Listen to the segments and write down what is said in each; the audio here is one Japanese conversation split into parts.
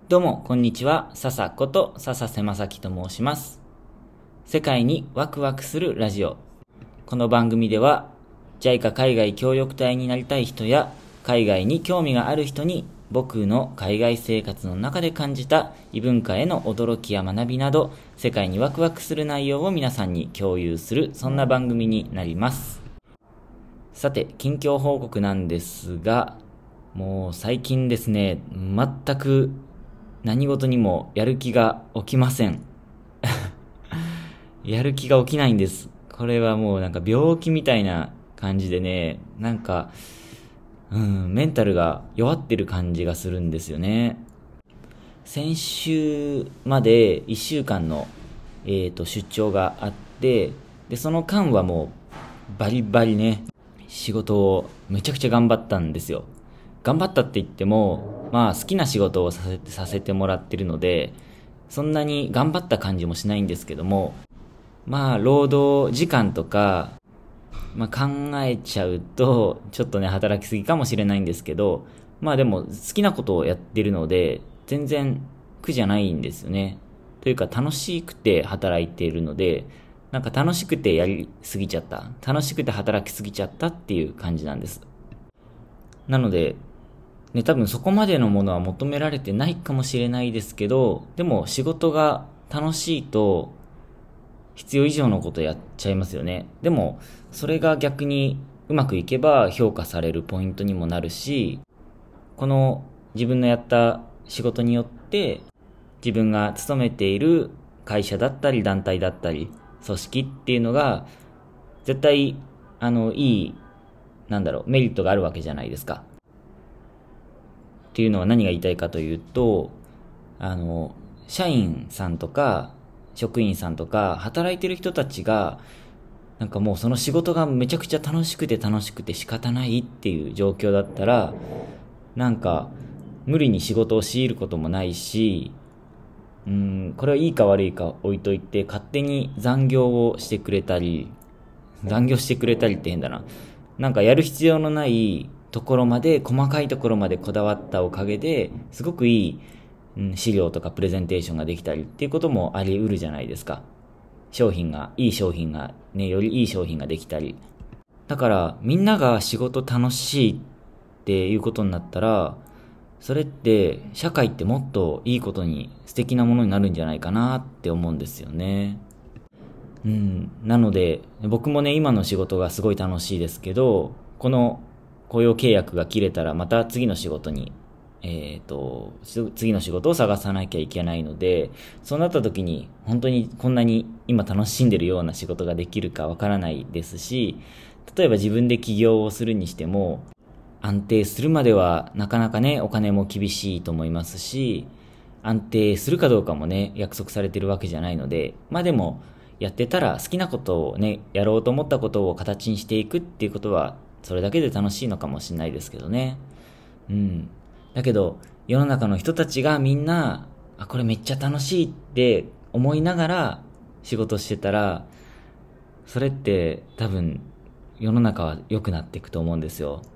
どうも、こんにちは。笹こと笹瀬正樹と申します。世界にワクワクするラジオ。この番組では、JICA 海外協力隊になりたい人や、海外に興味がある人に、僕の海外生活の中で感じた異文化への驚きや学びなど、世界にワクワクする内容を皆さんに共有する、そんな番組になります。さて、近況報告なんですが、もう最近ですね、全く何事にもやる気が起きません。やる気が起きないんです。これはもうなんか病気みたいな感じでね、メンタルが弱ってる感じがするんですよね。先週まで1週間の、出張があって、で、その間はもうバリバリね、仕事をめちゃくちゃ頑張ったんですよ。頑張ったって言っても、まあ好きな仕事をさせてもらってるので、そんなに頑張った感じもしないんですけども、まあ労働時間とか、まあ考えちゃうと、ちょっとね、働きすぎかもしれないんですけど、まあでも好きなことをやってるので、全然苦じゃないんですよね。というか楽しくて働いているので、なんか楽しくてやりすぎちゃった。楽しくて働きすぎちゃったっていう感じなんです。なので、ね、多分そこまでのものは求められてないかもしれないですけど、でも仕事が楽しいと必要以上のことやっちゃいますよね。でもそれが逆にうまくいけば評価されるポイントにもなるし、この自分のやった仕事によって自分が勤めている会社だったり団体だったり組織っていうのが絶対いいメリットがあるわけじゃないですか。っていうのは何が言いたいかというと、社員さんとか職員さんとか働いてる人たちがなんかもうその仕事がめちゃくちゃ楽しくて仕方ないっていう状況だったら、なんか無理に仕事を強いることもないし、これはいいか悪いか置いといて勝手に残業してくれたりって変だな。なんかやる必要のないところまで、細かいところまでこだわったおかげですごくいい、資料とかプレゼンテーションができたりっていうこともあり得るじゃないですか。いい商品がね、よりいい商品ができたり。だからみんなが仕事楽しいっていうことになったら、それって社会ってもっといいことに素敵なものになるんじゃないかなって思うんですよね。なので僕もね、今の仕事がすごい楽しいですけど、この雇用契約が切れたらまた次の仕事に次の仕事を探さなきゃいけないので、そうなった時に本当にこんなに今楽しんでるような仕事ができるかわからないですし、例えば自分で起業をするにしても安定するまではなかなかね、お金も厳しいと思いますし、安定するかどうかもね、約束されてるわけじゃないので、まあでもやってたら好きなことをね、やろうと思ったことを形にしていくっていうことはそれだけで楽しいのかもしれないですけどね。だけど世の中の人たちがみんな、これめっちゃ楽しいって思いながら仕事してたら、それって多分世の中は良くなっていくと思うんですよ。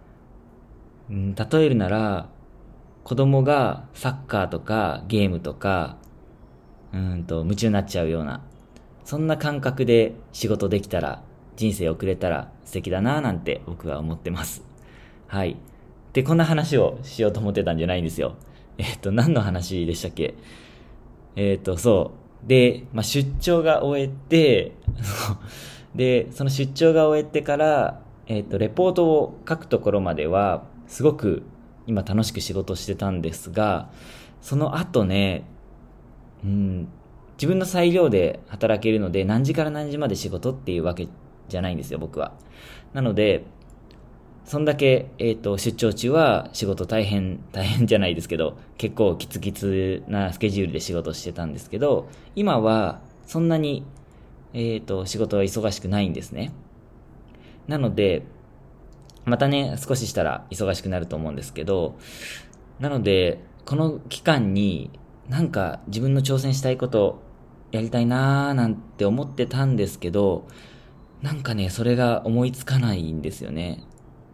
例えるなら、子供がサッカーとかゲームとか夢中になっちゃうような、そんな感覚で仕事できたら、人生送れたら素敵だなぁなんて僕は思ってます。はい。で、こんな話をしようと思ってたんじゃないんですよ。何の話でしたっけ。そう。で、出張が終えて、で、その出張が終えてから、レポートを書くところまでは、すごく今楽しく仕事してたんですが、その後ね、自分の裁量で働けるので、何時から何時まで仕事っていうわけじゃないんですよ、僕は。なので、そんだけ、出張中は仕事大変じゃないですけど、結構キツキツなスケジュールで仕事してたんですけど、今はそんなに、仕事は忙しくないんですね。なので、またね、少ししたら忙しくなると思うんですけど、なので、この期間になんか自分の挑戦したいことやりたいなーなんて思ってたんですけど、なんかね、それが思いつかないんですよね。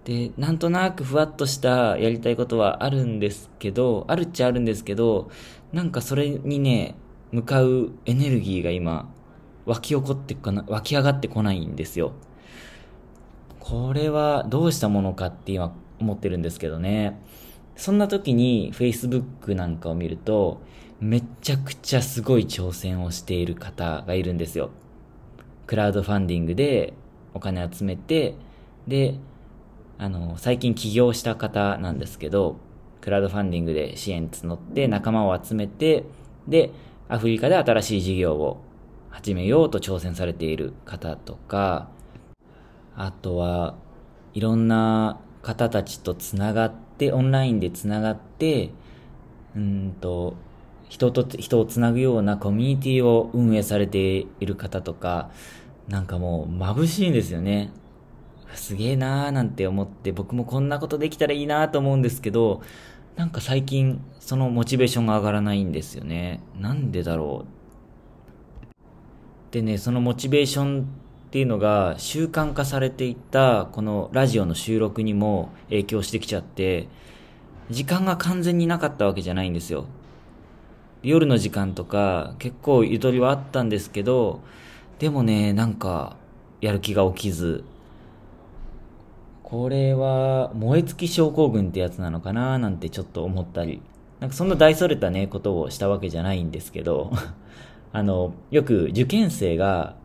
で、なんとなくふわっとしたやりたいことはあるんですけど、あるっちゃあるんですけど、なんかそれにね、向かうエネルギーが今、湧き上がってこないんですよ。これはどうしたものかって今思ってるんですけどね。そんな時に Facebook なんかを見ると、めちゃくちゃすごい挑戦をしている方がいるんですよ。クラウドファンディングでお金集めて、で、最近起業した方なんですけど、クラウドファンディングで支援募って仲間を集めて、で、アフリカで新しい事業を始めようと挑戦されている方とか、あとはいろんな方たちとつながって、オンラインでつながって、うーんと、人と人をつなぐようなコミュニティを運営されている方とか、なんかもう眩しいんですよね。すげえなーなんて思って、僕もこんなことできたらいいなーと思うんですけど、なんか最近そのモチベーションが上がらないんですよね。なんでだろう。でね、そのモチベーションっていうのが習慣化されていったこのラジオの収録にも影響してきちゃって、時間が完全になかったわけじゃないんですよ。夜の時間とか結構ゆとりはあったんですけど、でもね、なんかやる気が起きず、これは燃え尽き症候群ってやつなのかななんてちょっと思ったり、なんかそんな大それたねことをしたわけじゃないんですけどよく受験生が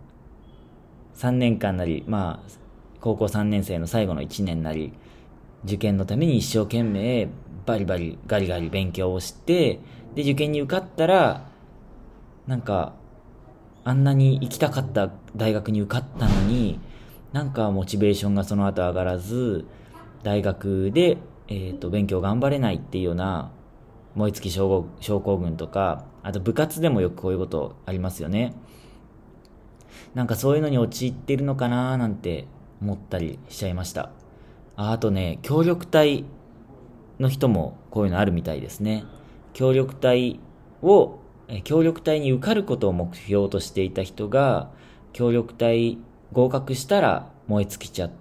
3年間なり、まあ高校3年生の最後の1年なり、受験のために一生懸命バリバリガリガリ勉強をして、で受験に受かったら、なんかあんなに行きたかった大学に受かったのに、なんかモチベーションがその後上がらず、大学で、勉強頑張れないっていうような燃え尽き症候群とか、あと部活でもよくこういうことありますよね。なんかそういうのに陥っているのかななんて思ったりしちゃいました。あとね、協力隊の人もこういうのあるみたいですね。協力隊を、協力隊に受かることを目標としていた人が、協力隊合格したら燃え尽きちゃって、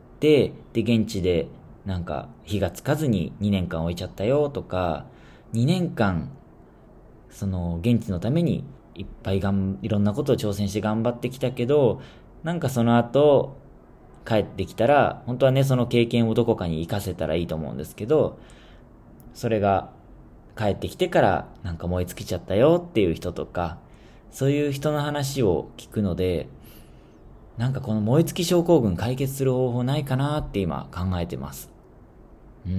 で、現地でなんか火がつかずに2年間置いちゃったよとか、2年間、その現地のためにいっぱいいろんなことを挑戦して頑張ってきたけど、なんかその後、帰ってきたら、本当はね、その経験をどこかに活かせたらいいと思うんですけど、それが帰ってきてからなんか燃え尽きちゃったよっていう人とか、そういう人の話を聞くので、なんかこの燃え尽き症候群解決する方法ないかなって今考えてます。うん。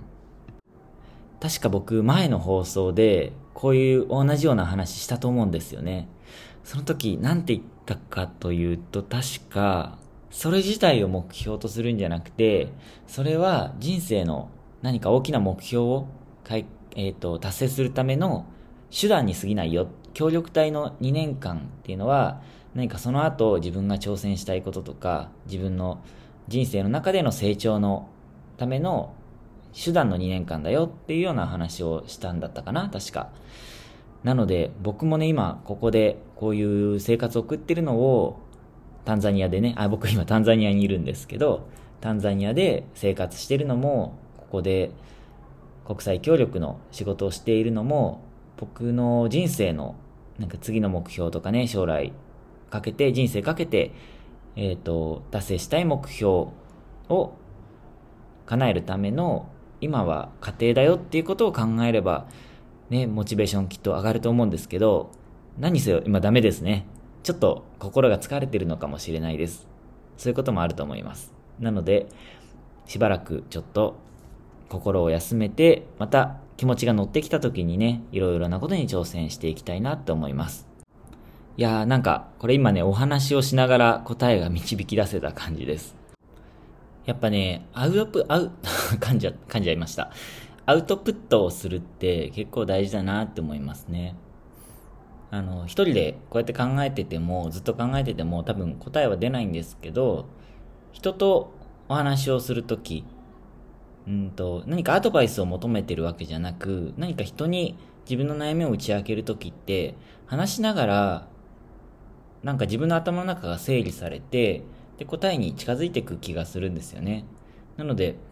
確か僕前の放送でこういう同じような話したと思うんですよね。その時なんて言ったかというと、確かそれ自体を目標とするんじゃなくて、それは人生の何か大きな目標を達成するための手段に過ぎないよ。協力隊の2年間っていうのは何かその後自分が挑戦したいこととか、自分の人生の中での成長のための手段の2年間だよっていうような話をしたんだったかな、確か。なので僕もね、今ここでこういう生活を送ってるのをタンザニアでね、僕今タンザニアにいるんですけど、タンザニアで生活してるのも、ここで国際協力の仕事をしているのも、僕の人生のなんか次の目標とかね、将来かけて、人生かけて、達成したい目標を叶えるための、今は家庭だよっていうことを考えれば、ね、モチベーションきっと上がると思うんですけど、何せよ今ダメですね。ちょっと心が疲れてるのかもしれないです。そういうこともあると思います。なので、しばらくちょっと心を休めて、また気持ちが乗ってきた時にね、いろいろなことに挑戦していきたいなって思います。いやーなんか、これ今ね、お話をしながら答えが導き出せた感じです。やっぱね、噛んじゃいました。アウトプットをするって結構大事だなって思いますね。一人でこうやって考えてても、ずっと考えてても多分答えは出ないんですけど、人とお話をするとき、何かアドバイスを求めてるわけじゃなく、何か人に自分の悩みを打ち明けるときって、話しながら、なんか自分の頭の中が整理されて、で、答えに近づいていく気がするんですよね。なので、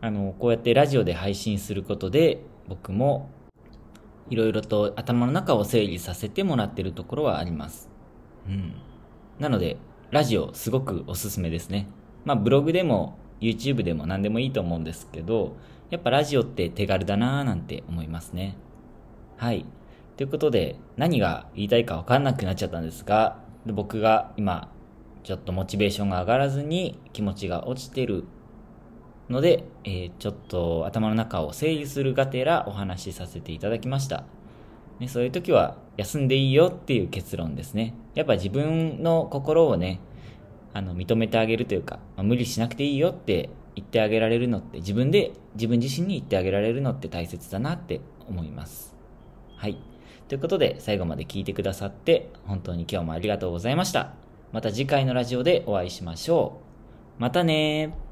こうやってラジオで配信することで、僕もいろいろと頭の中を整理させてもらっているところはあります。なので、ラジオすごくおすすめですね。ブログでも YouTube でも何でもいいと思うんですけど、やっぱラジオって手軽だなぁなんて思いますね。はい。ということで、何が言いたいか分かんなくなっちゃったんですが、僕が今、ちょっとモチベーションが上がらずに気持ちが落ちてるので、ちょっと頭の中を整理するがてらお話しさせていただきました。そういう時は休んでいいよっていう結論ですね。やっぱ自分の心をね、認めてあげるというか、無理しなくていいよって言ってあげられるのって、自分自身に言ってあげられるのって大切だなって思います。はい。ということで、最後まで聞いてくださって本当に今日もありがとうございました。また次回のラジオでお会いしましょう。またねー。